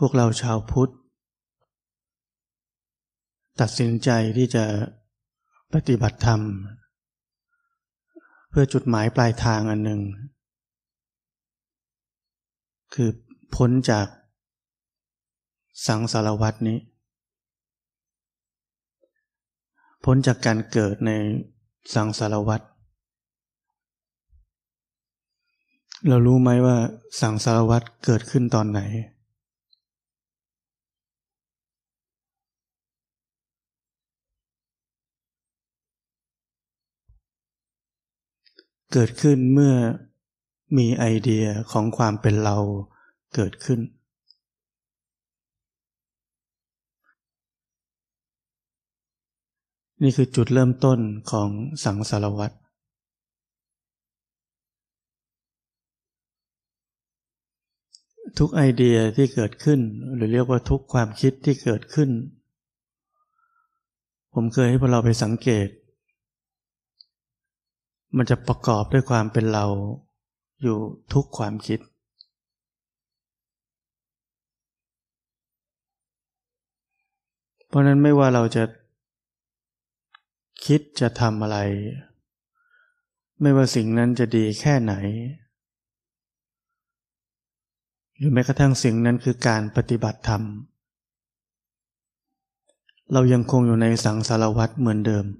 วกเราชาวพุทธตัดสินใจที่จะปฏิบัติธรรมเพื่อจุดหมายปลายทางอันหนึ่งคือพ้นจากสังสารวัฏนี้พ้นจากการเกิดในสังสารวัฏเรารู้ไหมว่าสังสารวัฏเกิดขึ้นตอนไหนเกิดขึ้นเมื่อมีไอเดียของความเป็นเราเกิดขึ้นนี่คือจุดเริ่มต้นของสังสารวัฏทุกไอเดียที่เกิดขึ้นหรือเรียกว่าทุกความคิดที่เกิดขึ้นผมเคยให้พวกเราไปสังเกตมันจะประกอบด้วยความเป็นเราอยู่ทุกความคิดเพราะนั้นไม่ว่าเราจะคิดจะทำอะไรไม่ว่าสิ่งนั้นจะดีแค่ไหนหรือแม้กระทั่งสิ่งนั้นคือการปฏิบัติธรรมเรายังคงอยู่ในสังสารวัฏเหมือนเดิม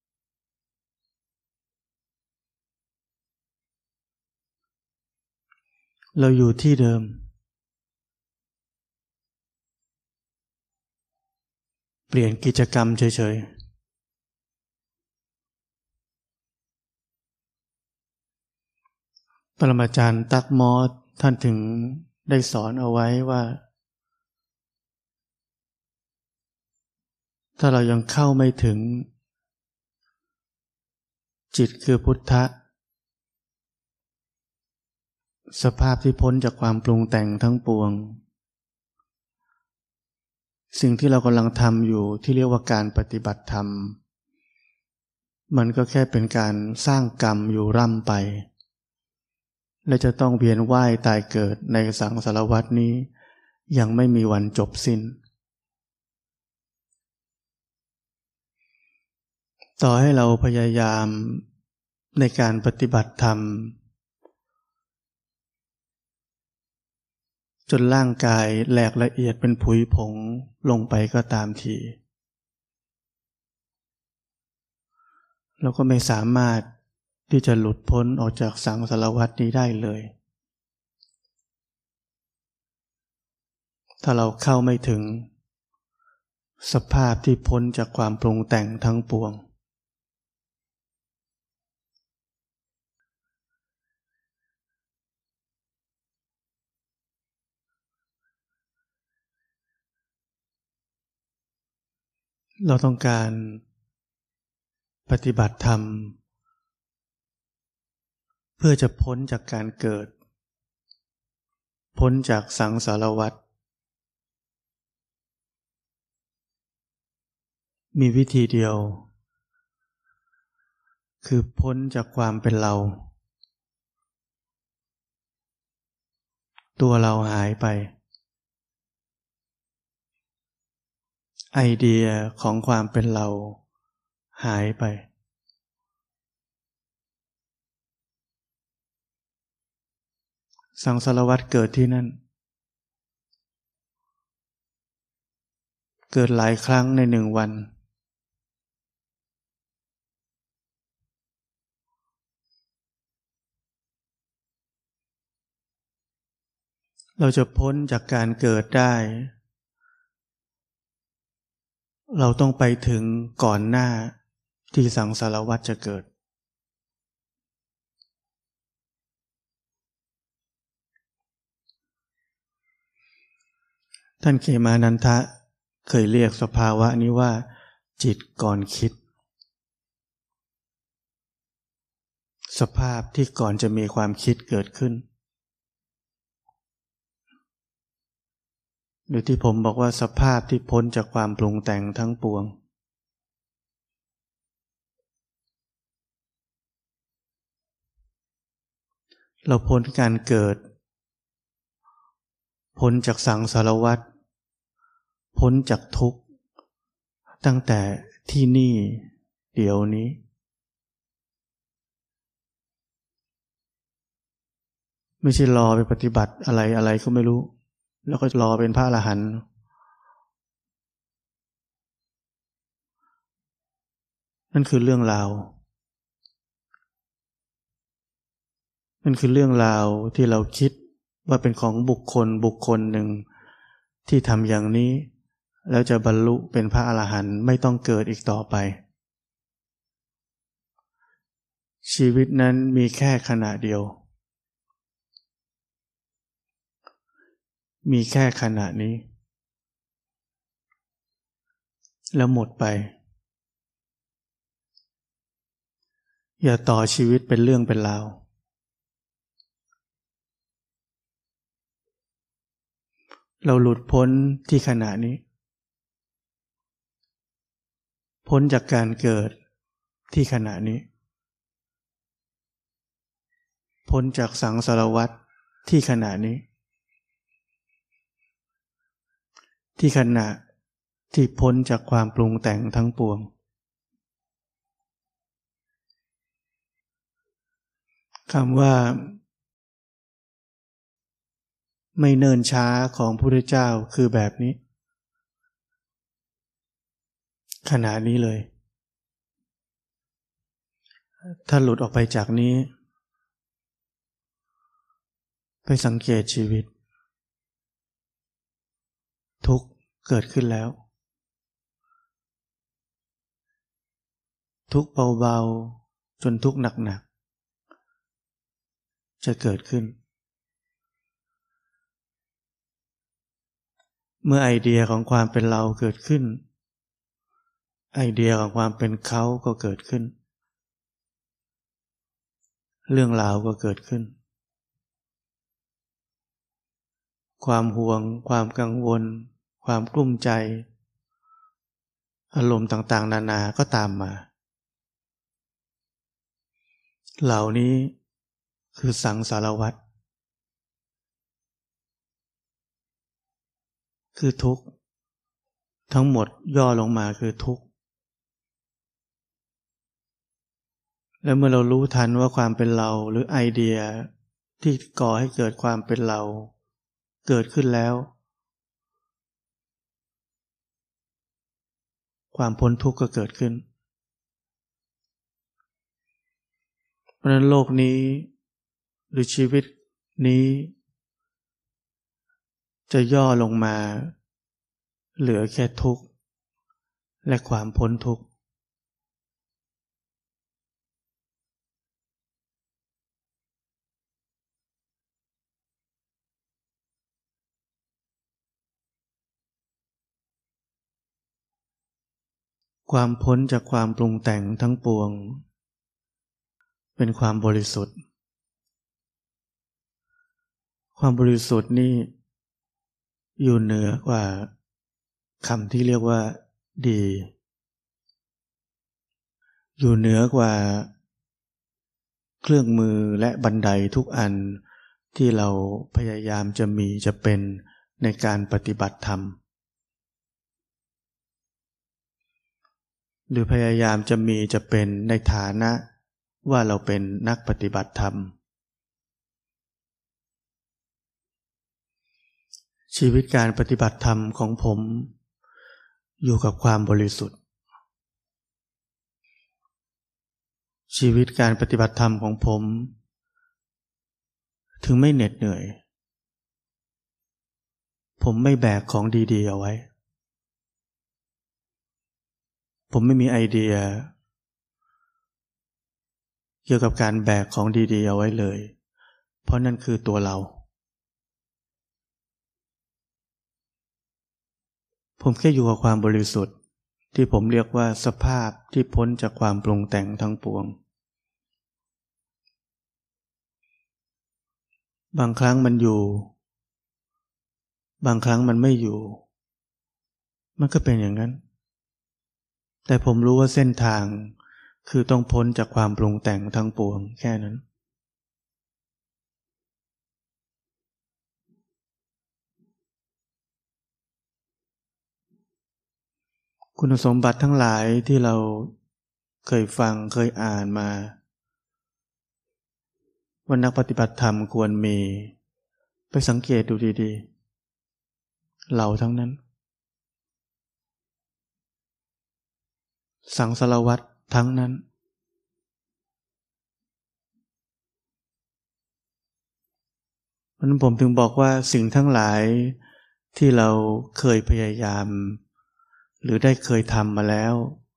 เราอยู่ที่เดิมเปลี่ยนกิจกรรมเฉยๆปรมาจารย์ตั๊กมอสท่านถึงได้สอนเอาไว้ว่าถ้าเรายังเข้าไม่ถึงจิตคือพุทธะสภาพที่พ้นจากความปรุงแต่งทั้งปวงสิ่งที่เรากำลังทำอยู่ที่เรียกว่าการปฏิบัติธรรมมันก็แค่เป็นการสร้างกรรมอยู่ร่ำไปและจะต้องเวียนว่ายตายเกิดในสังสารวัฏนี้ยังไม่มีวันจบสิ้นต่อให้เราพยายามในการปฏิบัติธรรมจนร่างกายแหลกละเอียดเป็นผุยผงลงไปก็ตามทีเราก็ไม่สามารถที่จะหลุดพ้นออกจากสังสารวัฏนี้ได้เลยถ้าเราเข้าไม่ถึงสภาพที่พ้นจากความปรุงแต่งทั้งปวงเราต้องการปฏิบัติธรรมเพื่อจะพ้นจากการเกิดพ้นจากสังสารวัฏมีวิธีเดียวคือพ้นจากความเป็นเราตัวเราหายไปไอเดียของความเป็นเราหายไปสังสารวัฏเกิดที่นั่นเกิดหลายครั้งในหนึ่งวันเราจะพ้นจากการเกิดได้เราต้องไปถึงก่อนหน้าที่สังสารวัฏจะเกิดท่านเขมานันทะเคยเรียกสภาวะนี้ว่าจิตก่อนคิดสภาพที่ก่อนจะมีความคิดเกิดขึ้นหรือที่ผมบอกว่าสภาพที่พ้นจากความปรุงแต่งทั้งปวงเราพ้นการเกิดพ้นจากสังสารวัฏพ้นจากทุกข์ตั้งแต่ที่นี่เดี๋ยวนี้ไม่ใช่รอไปปฏิบัติอะไรอะไรก็ไม่รู้แล้วก็รอเป็นพระอรหันต์นั่นคือเรื่องราวนั่นคือเรื่องราวที่เราคิดว่าเป็นของบุคคลหนึ่งที่ทำอย่างนี้แล้วจะบรรลุเป็นพระอรหันต์ไม่ต้องเกิดอีกต่อไปชีวิตนั้นมีแค่ขณะเดียวมีแค่ขณะนี้แล้วหมดไปอย่าต่อชีวิตเป็นเรื่องเป็นราวเราหลุดพ้นที่ขณะนี้พ้นจากการเกิดที่ขณะนี้พ้นจากสังสารวัฏที่ขณะนี้ที่ขณะที่พ้นจากความปรุงแต่งทั้งปวงคำว่าไม่เนิ่นช้าของพระพุทธเจ้าคือแบบนี้ขณะนี้เลยถ้าหลุดออกไปจากนี้ไปสังเกตชีวิตทุกข์เกิดขึ้นแล้วทุกข์เบาๆจนทุกข์หนักๆจะเกิดขึ้นเมื่อไอเดียของความเป็นเราเกิดขึ้นไอเดียของความเป็นเขาก็เกิดขึ้นเรื่องราวก็เกิดขึ้นความห่วงความกังวลความกลุ้มใจอารมณ์ต่างๆนานาก็ตามมาเหล่านี้คือสังสารวัฏคือทุกข์ทั้งหมดย่อลงมาคือทุกข์และเมื่อเรารู้ทันว่าความเป็นเราหรือไอเดียที่ก่อให้เกิดความเป็นเราเกิดขึ้นแล้วความพ้นทุกข์ก็เกิดขึ้นเพราะฉะนั้นโลกนี้หรือชีวิตนี้จะย่อลงมาเหลือแค่ทุกข์และความพ้นทุกข์ความพ้นจากความปรุงแต่งทั้งปวงเป็นความบริสุทธิ์ความบริสุทธิ์นี่อยู่เหนือกว่าคำที่เรียกว่าดีอยู่เหนือกว่าเครื่องมือและบันไดทุกอันที่เราพยายามจะมีจะเป็นในการปฏิบัติธรรมหรือพยายามจะมีจะเป็นในฐานะว่าเราเป็นนักปฏิบัติธรรมชีวิตการปฏิบัติธรรมของผมอยู่กับความบริสุทธิ์ชีวิตการปฏิบัติธรรมของผมถึงไม่เหน็ดเหนื่อยผมไม่แบกของดีๆเอาไว้ผมไม่มีไอเดียเกี่ยวกับการแบกของดีๆเอาไว้เลยเพราะนั่นคือตัวเราผมแค่อยู่กับความบริสุทธิ์ที่ผมเรียกว่าสภาพที่พ้นจากความปรุงแต่งทั้งปวงบางครั้งมันอยู่บางครั้งมันไม่อยู่มันก็เป็นอย่างนั้นแต่ผมรู้ว่าเส้นทางคือต้องพ้นจากความปรุงแต่งทั้งปวงแค่นั้นคุณสมบัติทั้งหลายที่เราเคยฟังเคยอ่านมาว่านักปฏิบัติธรรมควรมีไปสังเกตดูดีๆเราทั้งนั้นสังสารวัตรทั้งนั้นเพราะนั้นผมถึงบอกว่าสิ่งทั้งหลายที่เราเคยพยายามหรือได้เคยทำมาแล้ว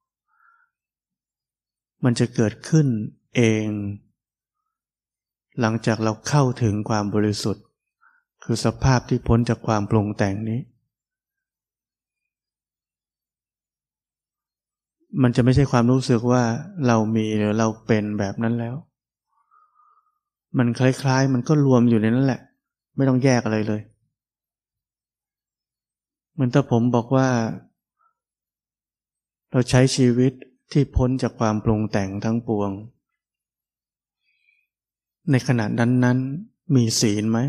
มันจะเกิดขึ้นเองหลังจากเราเข้าถึงความบริสุทธิ์คือสภาพที่พ้นจากความปรุงแต่งนี้มันจะไม่ใช่ความรู้สึกว่าเรามีหรือเราเป็นแบบนั้นแล้วมันคล้ายๆมันก็รวมอยู่ในนั้นแหละไม่ต้องแยกอะไรเลยเหมือนถ้าผมบอกว่าเราใช้ชีวิตที่พ้นจากความปรุงแต่งทั้งปวงในขณะนั้นๆมีศีลไหม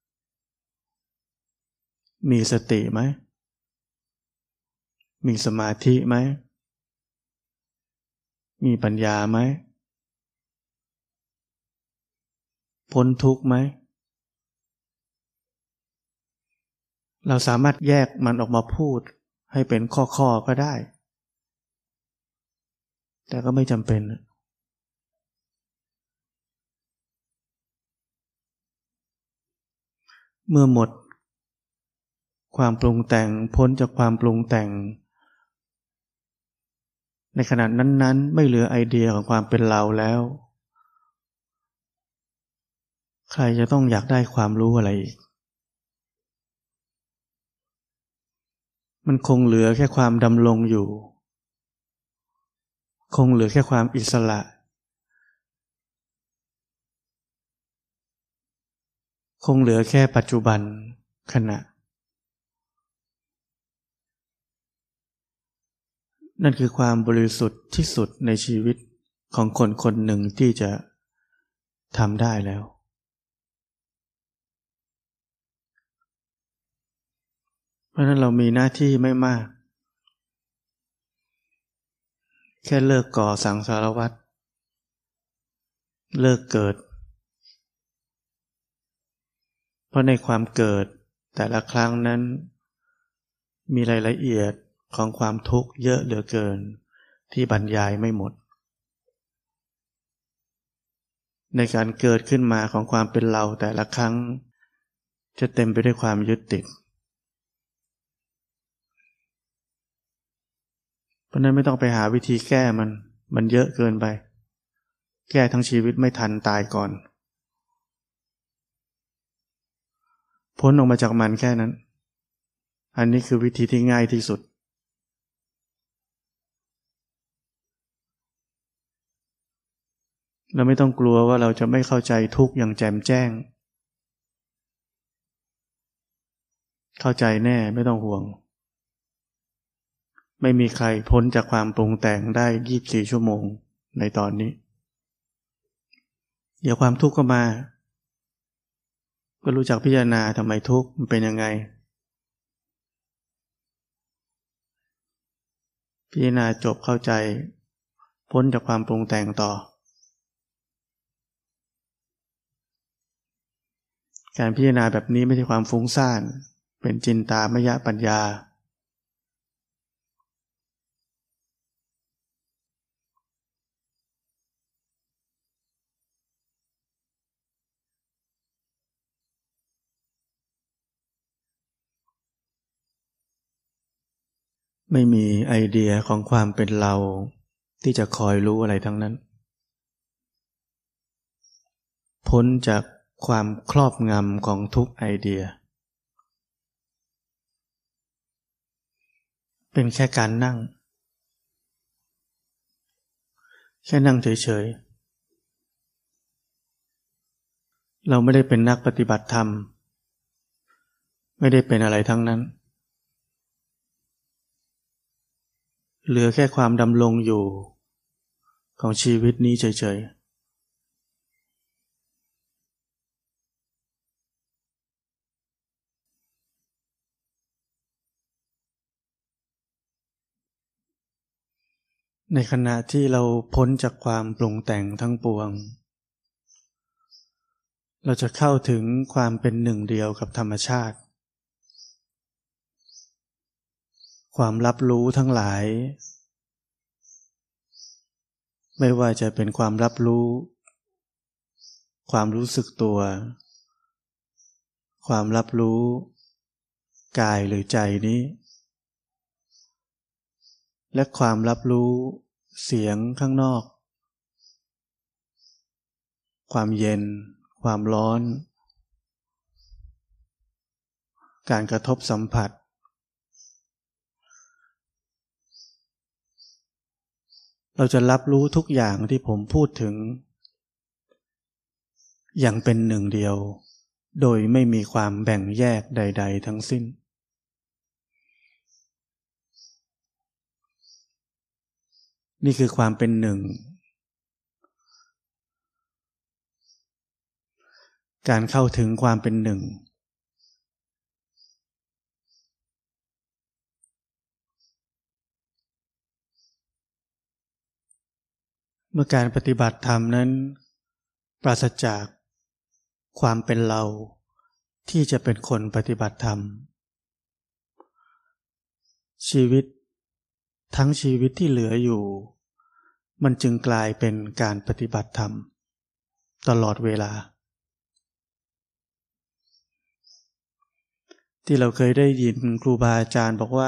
มีสติไหมมีสมาธิไหมมีปัญญาไหมพ้นทุกข์ไหมเราสามารถแยกมันออกมาพูดให้เป็นข้อๆก็ได้แต่ก็ไม่จำเป็นเมื่อหมดความปรุงแต่งพ้นจากความปรุงแต่งในขณะนั้นๆไม่เหลือไอเดียของความเป็นเราแล้วใครจะต้องอยากได้ความรู้อะไรอีกมันคงเหลือแค่ความดำรงอยู่คงเหลือแค่ความอิสระคงเหลือแค่ปัจจุบันขณะนั่นคือความบริสุทธิ์ที่สุดในชีวิตของคนคนหนึ่งที่จะทำได้แล้วเพราะนั้นเรามีหน้าที่ไม่มากแค่เลิกก่อสังสารวัฏเลิกเกิดเพราะในความเกิดแต่ละครั้งนั้นมีรายละเอียดของความทุกข์เยอะเหลือเกินที่บรรยายไม่หมดในการเกิดขึ้นมาของความเป็นเราแต่ละครั้งจะเต็มไปด้วยความยึดติดเพราะนั้นไม่ต้องไปหาวิธีแก้มันเยอะเกินไปแก้ทั้งชีวิตไม่ทันตายก่อนพ้นออกมาจากมันแค่นั้นอันนี้คือวิธีที่ง่ายที่สุดเราไม่ต้องกลัวว่าเราจะไม่เข้าใจทุกข์อย่างแจ่มแจ้งเข้าใจแน่ไม่ต้องห่วงไม่มีใครพ้นจากความปรุงแต่งได้24 ชั่วโมงในตอนนี้เดี๋ยวความทุกข์ก็มาก็รู้จักพิจารณาทำไมทุกข์มันเป็นยังไงพิจารณาจบเข้าใจพ้นจากความปรุงแต่งต่อการพิจารณาแบบนี้ไม่ใช่ความฟุ้งซ่านเป็นจินตามยปัญญาไม่มีไอเดียของความเป็นเราที่จะคอยรู้อะไรทั้งนั้นพ้นจากความครอบงำของทุกไอเดียเป็นแค่การนั่งแค่นั่งเฉยๆเราไม่ได้เป็นนักปฏิบัติธรรมไม่ได้เป็นอะไรทั้งนั้นเหลือแค่ความดำรงอยู่ของชีวิตนี้เฉยในขณะที่เราพ้นจากความปรุงแต่งทั้งปวงเราจะเข้าถึงความเป็นหนึ่งเดียวกับธรรมชาติความรับรู้ทั้งหลายไม่ว่าจะเป็นความรับรู้ความรู้สึกตัวความรับรู้กายหรือใจนี้และความรับรู้เสียงข้างนอกความเย็นความร้อนการกระทบสัมผัสเราจะรับรู้ทุกอย่างที่ผมพูดถึงอย่างเป็นหนึ่งเดียวโดยไม่มีความแบ่งแยกใดๆทั้งสิ้นนี่คือความเป็นหนึ่งการเข้าถึงความเป็นหนึ่งเมื่อการปฏิบัติธรรมนั้นปราศจากความเป็นเราที่จะเป็นคนปฏิบัติธรรมชีวิตทั้งชีวิตที่เหลืออยู่มันจึงกลายเป็นการปฏิบัติธรรมตลอดเวลาที่เราเคยได้ยินครูบาอาจารย์บอกว่า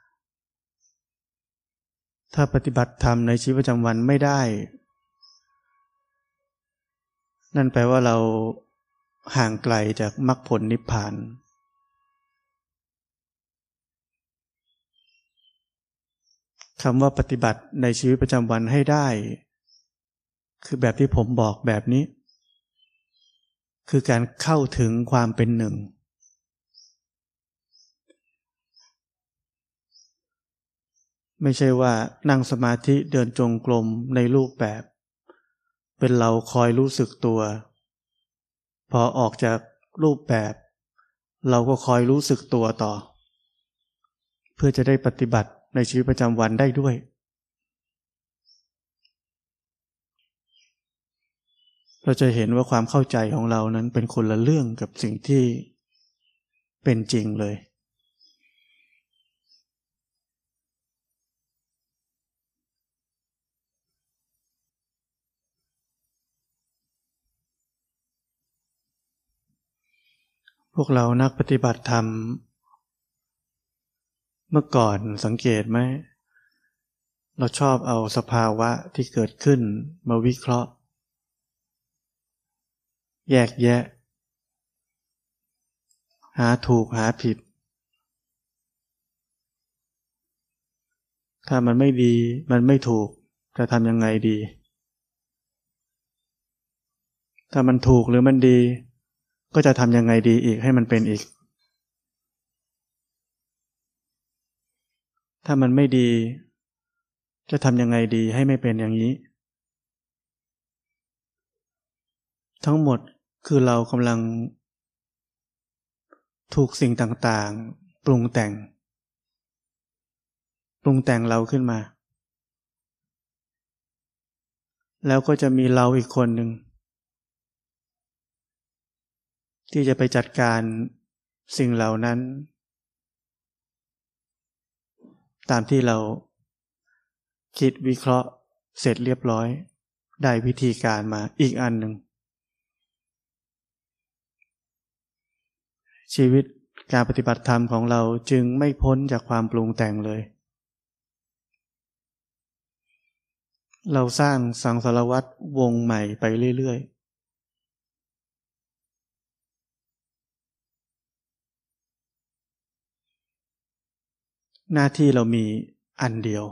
ถ้าปฏิบัติธรรมในชีวิตประจำวันไม่ได้นั่นแปลว่าเราห่างไกลจากมรรคผลนิพพานคำว่าปฏิบัติในชีวิตประจำวันให้ได้คือแบบที่ผมบอกแบบนี้คือการเข้าถึงความเป็นหนึ่งไม่ใช่ว่านั่งสมาธิเดินจงกรมในรูปแบบเป็นเราคอยรู้สึกตัวพอออกจากรูปแบบเราก็คอยรู้สึกตัวต่อเพื่อจะได้ปฏิบัติในชีวิตประจำวันได้ด้วยเราจะเห็นว่าความเข้าใจของเรานั้นเป็นคนละเรื่องกับสิ่งที่เป็นจริงเลยพวกเรานักปฏิบัติธรรมเมื่อก่อนสังเกตไหมเราชอบเอาสภาวะที่เกิดขึ้นมาวิเคราะห์แยกแยะหาถูกหาผิดถ้ามันไม่ดีมันไม่ถูกจะทำยังไงดีถ้ามันถูกหรือมันดีก็จะทำยังไงดีอีกให้มันเป็นอีกถ้ามันไม่ดีจะทำยังไงดีให้ไม่เป็นอย่างนี้ทั้งหมดคือเรากำลังถูกสิ่งต่างๆปรุงแต่งเราขึ้นมาแล้วก็จะมีเราอีกคนหนึ่งที่จะไปจัดการสิ่งเหล่านั้นตามที่เราคิดวิเคราะห์เสร็จเรียบร้อยได้วิธีการมาอีกอันหนึ่งชีวิตการปฏิบัติธรรมของเราจึงไม่พ้นจากความปรุงแต่งเลยเราสร้างสังสารวัฏวงใหม่ไปเรื่อยๆหน้าที่เรามีอันเดียว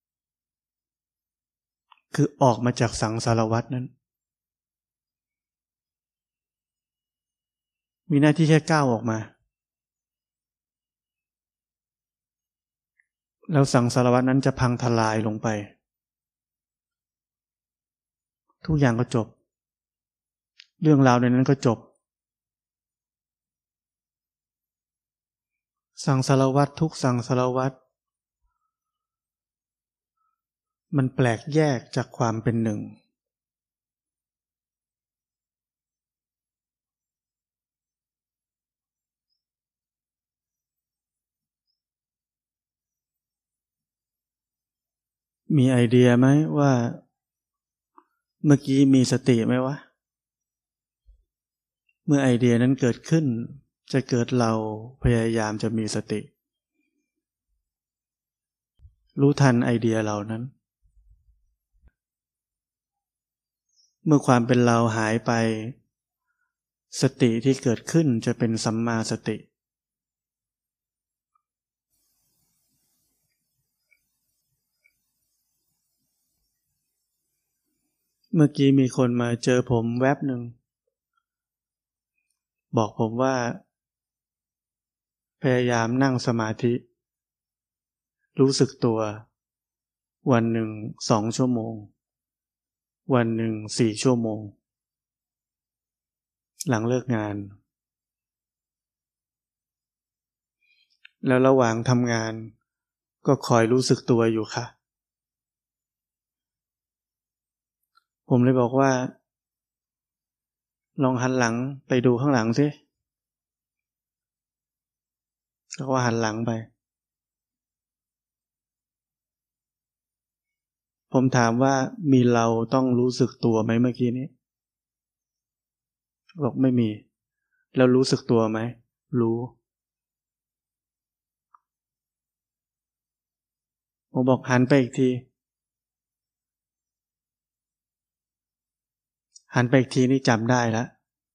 คือออกมาจากสังสารวัฏนั้นมีหน้าที่แค่ก้าวออกมาแล้วสังสารวัฏนั้นจะพังทลายลงไปทุกอย่างก็จบเรื่องราวในนั้นก็จบสังสารวัฏทุกสังสารวัฏมันแปลกแยกจากความเป็นหนึ่งมีไอเดียไหมว่าเมื่อกี้มีสติไหมวะเมื่อไอเดียนั้นเกิดขึ้นจะเกิดเราพยายามจะมีสติรู้ทันไอเดียเหล่านั้นเมื่อความเป็นเราหายไปสติที่เกิดขึ้นจะเป็นสัมมาสติเมื่อกี้มีคนมาเจอผมแวบหนึ่งบอกผมว่าพยายามนั่งสมาธิรู้สึกตัววันหนึ่ง2 ชั่วโมงวันหนึ่ง4 ชั่วโมงหลังเลิกงานแล้วระหว่างทำงานก็คอยรู้สึกตัวอยู่ค่ะผมเลยบอกว่าลองหันหลังไปดูข้างหลังสิแล้วก็หันหลังไปผมถามว่ามีเราต้องรู้สึกตัวไหมเมื่อกี้นี้บอกไม่มีแล้วรู้สึกตัวไหมรู้ผมบอกหันไปอีกทีหันไปอีกทีนี่จำได้แล้ว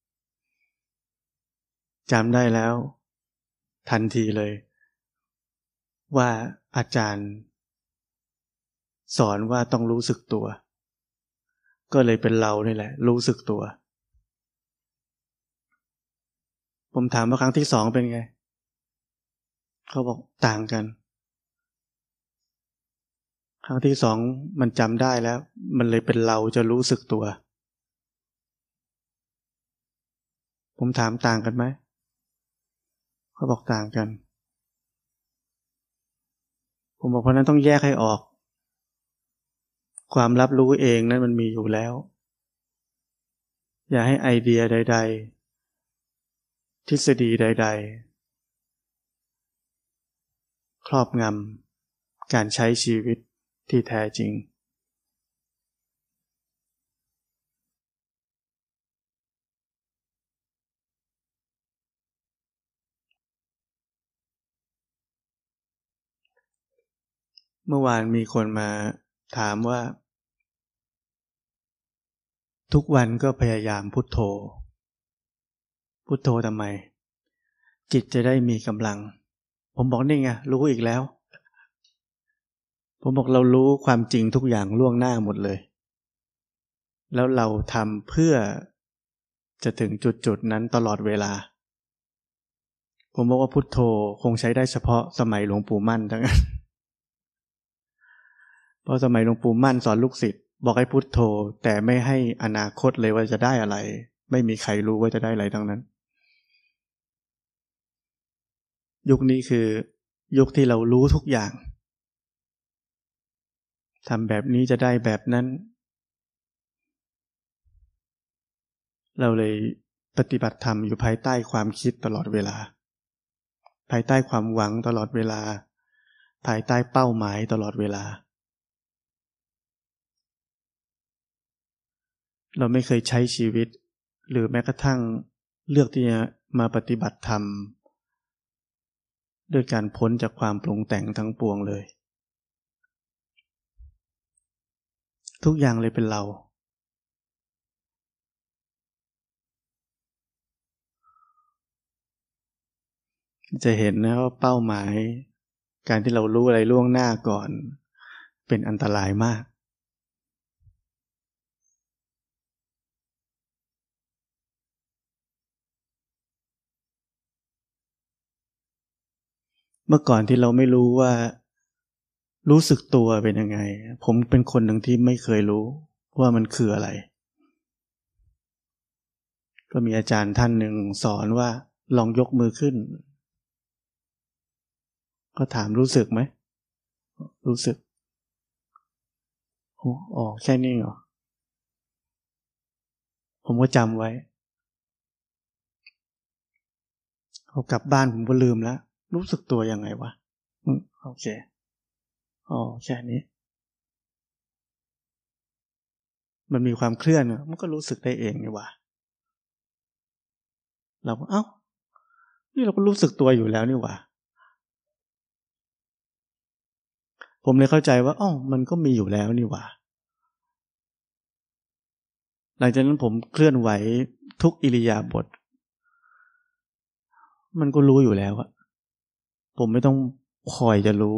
จำได้แล้วทันทีเลยว่าอาจารย์สอนว่าต้องรู้สึกตัวก็เลยเป็นเรานี่แหละรู้สึกตัวผมถามว่าครั้งที่2เป็นไงเขาบอกต่างกันครั้งที่2มันจำได้แล้วมันเลยเป็นเราจะรู้สึกตัวผมถามต่างกันไหมเขาบอกต่างกันผมบอกเพราะนั้นต้องแยกให้ออกความรับรู้เองนั้นมันมีอยู่แล้วอย่าให้ไอเดียใดๆทฤษฎีใดๆครอบงำการใช้ชีวิตที่แท้จริงเมื่อวานมีคนมาถามว่าทุกวันก็พยายามพุทโธพุทโธทำไมจิตจะได้มีกำลังผมบอกนี่ไงรู้อีกแล้วผมบอกเรารู้ความจริงทุกอย่างล่วงหน้าหมดเลยแล้วเราทำเพื่อจะถึงจุดนั้นตลอดเวลาผมบอกว่าพุทโธคงใช้ได้เฉพาะสมัยหลวงปู่มั่นทั้งนั้นเพราะสมัยหลวงปู่มั่นสอนลูกศิษย์บอกให้พุทโธแต่ไม่ให้อนาคตเลยว่าจะได้อะไรไม่มีใครรู้ว่าจะได้อะไรทั้งนั้นยุคนี้คือยุคที่เรารู้ทุกอย่างทำแบบนี้จะได้แบบนั้นเราเลยปฏิบัติธรรมอยู่ภายใต้ความคิดตลอดเวลาภายใต้ความหวังตลอดเวลาภายใต้เป้าหมายตลอดเวลาเราไม่เคยใช้ชีวิตหรือแม้กระทั่งเลือกที่จะมาปฏิบัติธรรมด้วยการพ้นจากความปรุงแต่งทั้งปวงเลยทุกอย่างเลยเป็นเราจะเห็นนะว่าเป้าหมายการที่เรารู้อะไรล่วงหน้าก่อนเป็นอันตรายมากเมื่อก่อนที่เราไม่รู้ว่ารู้สึกตัวเป็นยังไงผมเป็นคนหนึ่งที่ไม่เคยรู้ว่ามันคืออะไรก็มีอาจารย์ท่านหนึ่งสอนว่าลองยกมือขึ้นก็ถามรู้สึกไหมรู้สึกอ๋อแค่นี้เหรอผมก็จำไว้พอกลับบ้านผมก็ลืมแล้วรู้สึกตัวยังไงวะโอเคอ๋อแค่นี้มันมีความเคลื่อนมันก็รู้สึกได้เองนี่หว่าเราก็นี่เราก็รู้สึกตัวอยู่แล้วนี่หว่าผมเลยเข้าใจว่ามันก็มีอยู่แล้วนี่หว่าหลังจากนั้นผมเคลื่อนไหวทุกอิริยาบถมันก็รู้อยู่แล้วอะผมไม่ต้องคอยจะรู้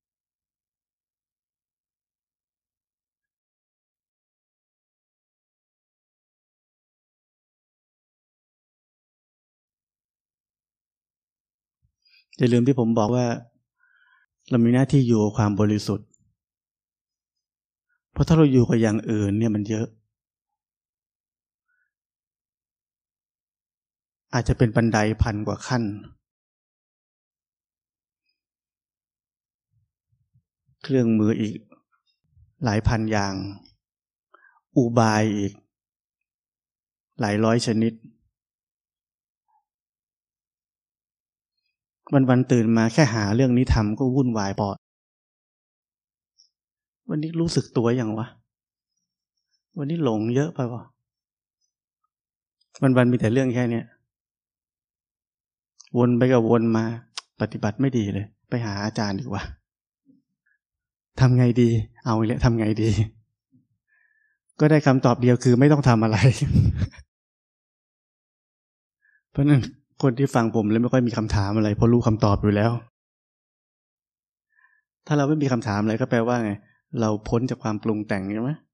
อย่าลืมที่ผมบอกว่าเรามีหน้าที่อยู่กับความบริสุทธิ์เพราะถ้าเราอยู่กับอย่างอื่นเนี่ยมันเยอะอาจจะเป็นบันได1,000 กว่าขั้นเครื่องมืออีกหลายพันอย่างอุบายอีกหลายร้อยชนิดวันตื่นมาแค่หาเรื่องนี้ทำก็วุ่นวายพอวันนี้รู้สึกตัวอย่างวะวันนี้หลงเยอะไปวะวันมีแต่เรื่องแค่นี้วนไปกับวนมาปฏิบัติไม่ดีเลยไปหาอาจารย์ดีกว่าทำไงดีเอาอีกแล้วทำไงดีก็ได้คำตอบเดียวคือไม่ต้องทำอะไร เพราะนั้นคนที่ฟังผมเลยไม่ค่อยมีคำถามอะไรเพราะรู้คำตอบอยู่แล้วถ้าเราไม่มีคำถามอะไรก็แปลว่าไงเราพ้นจากความปรุงแต่งใช่ไหม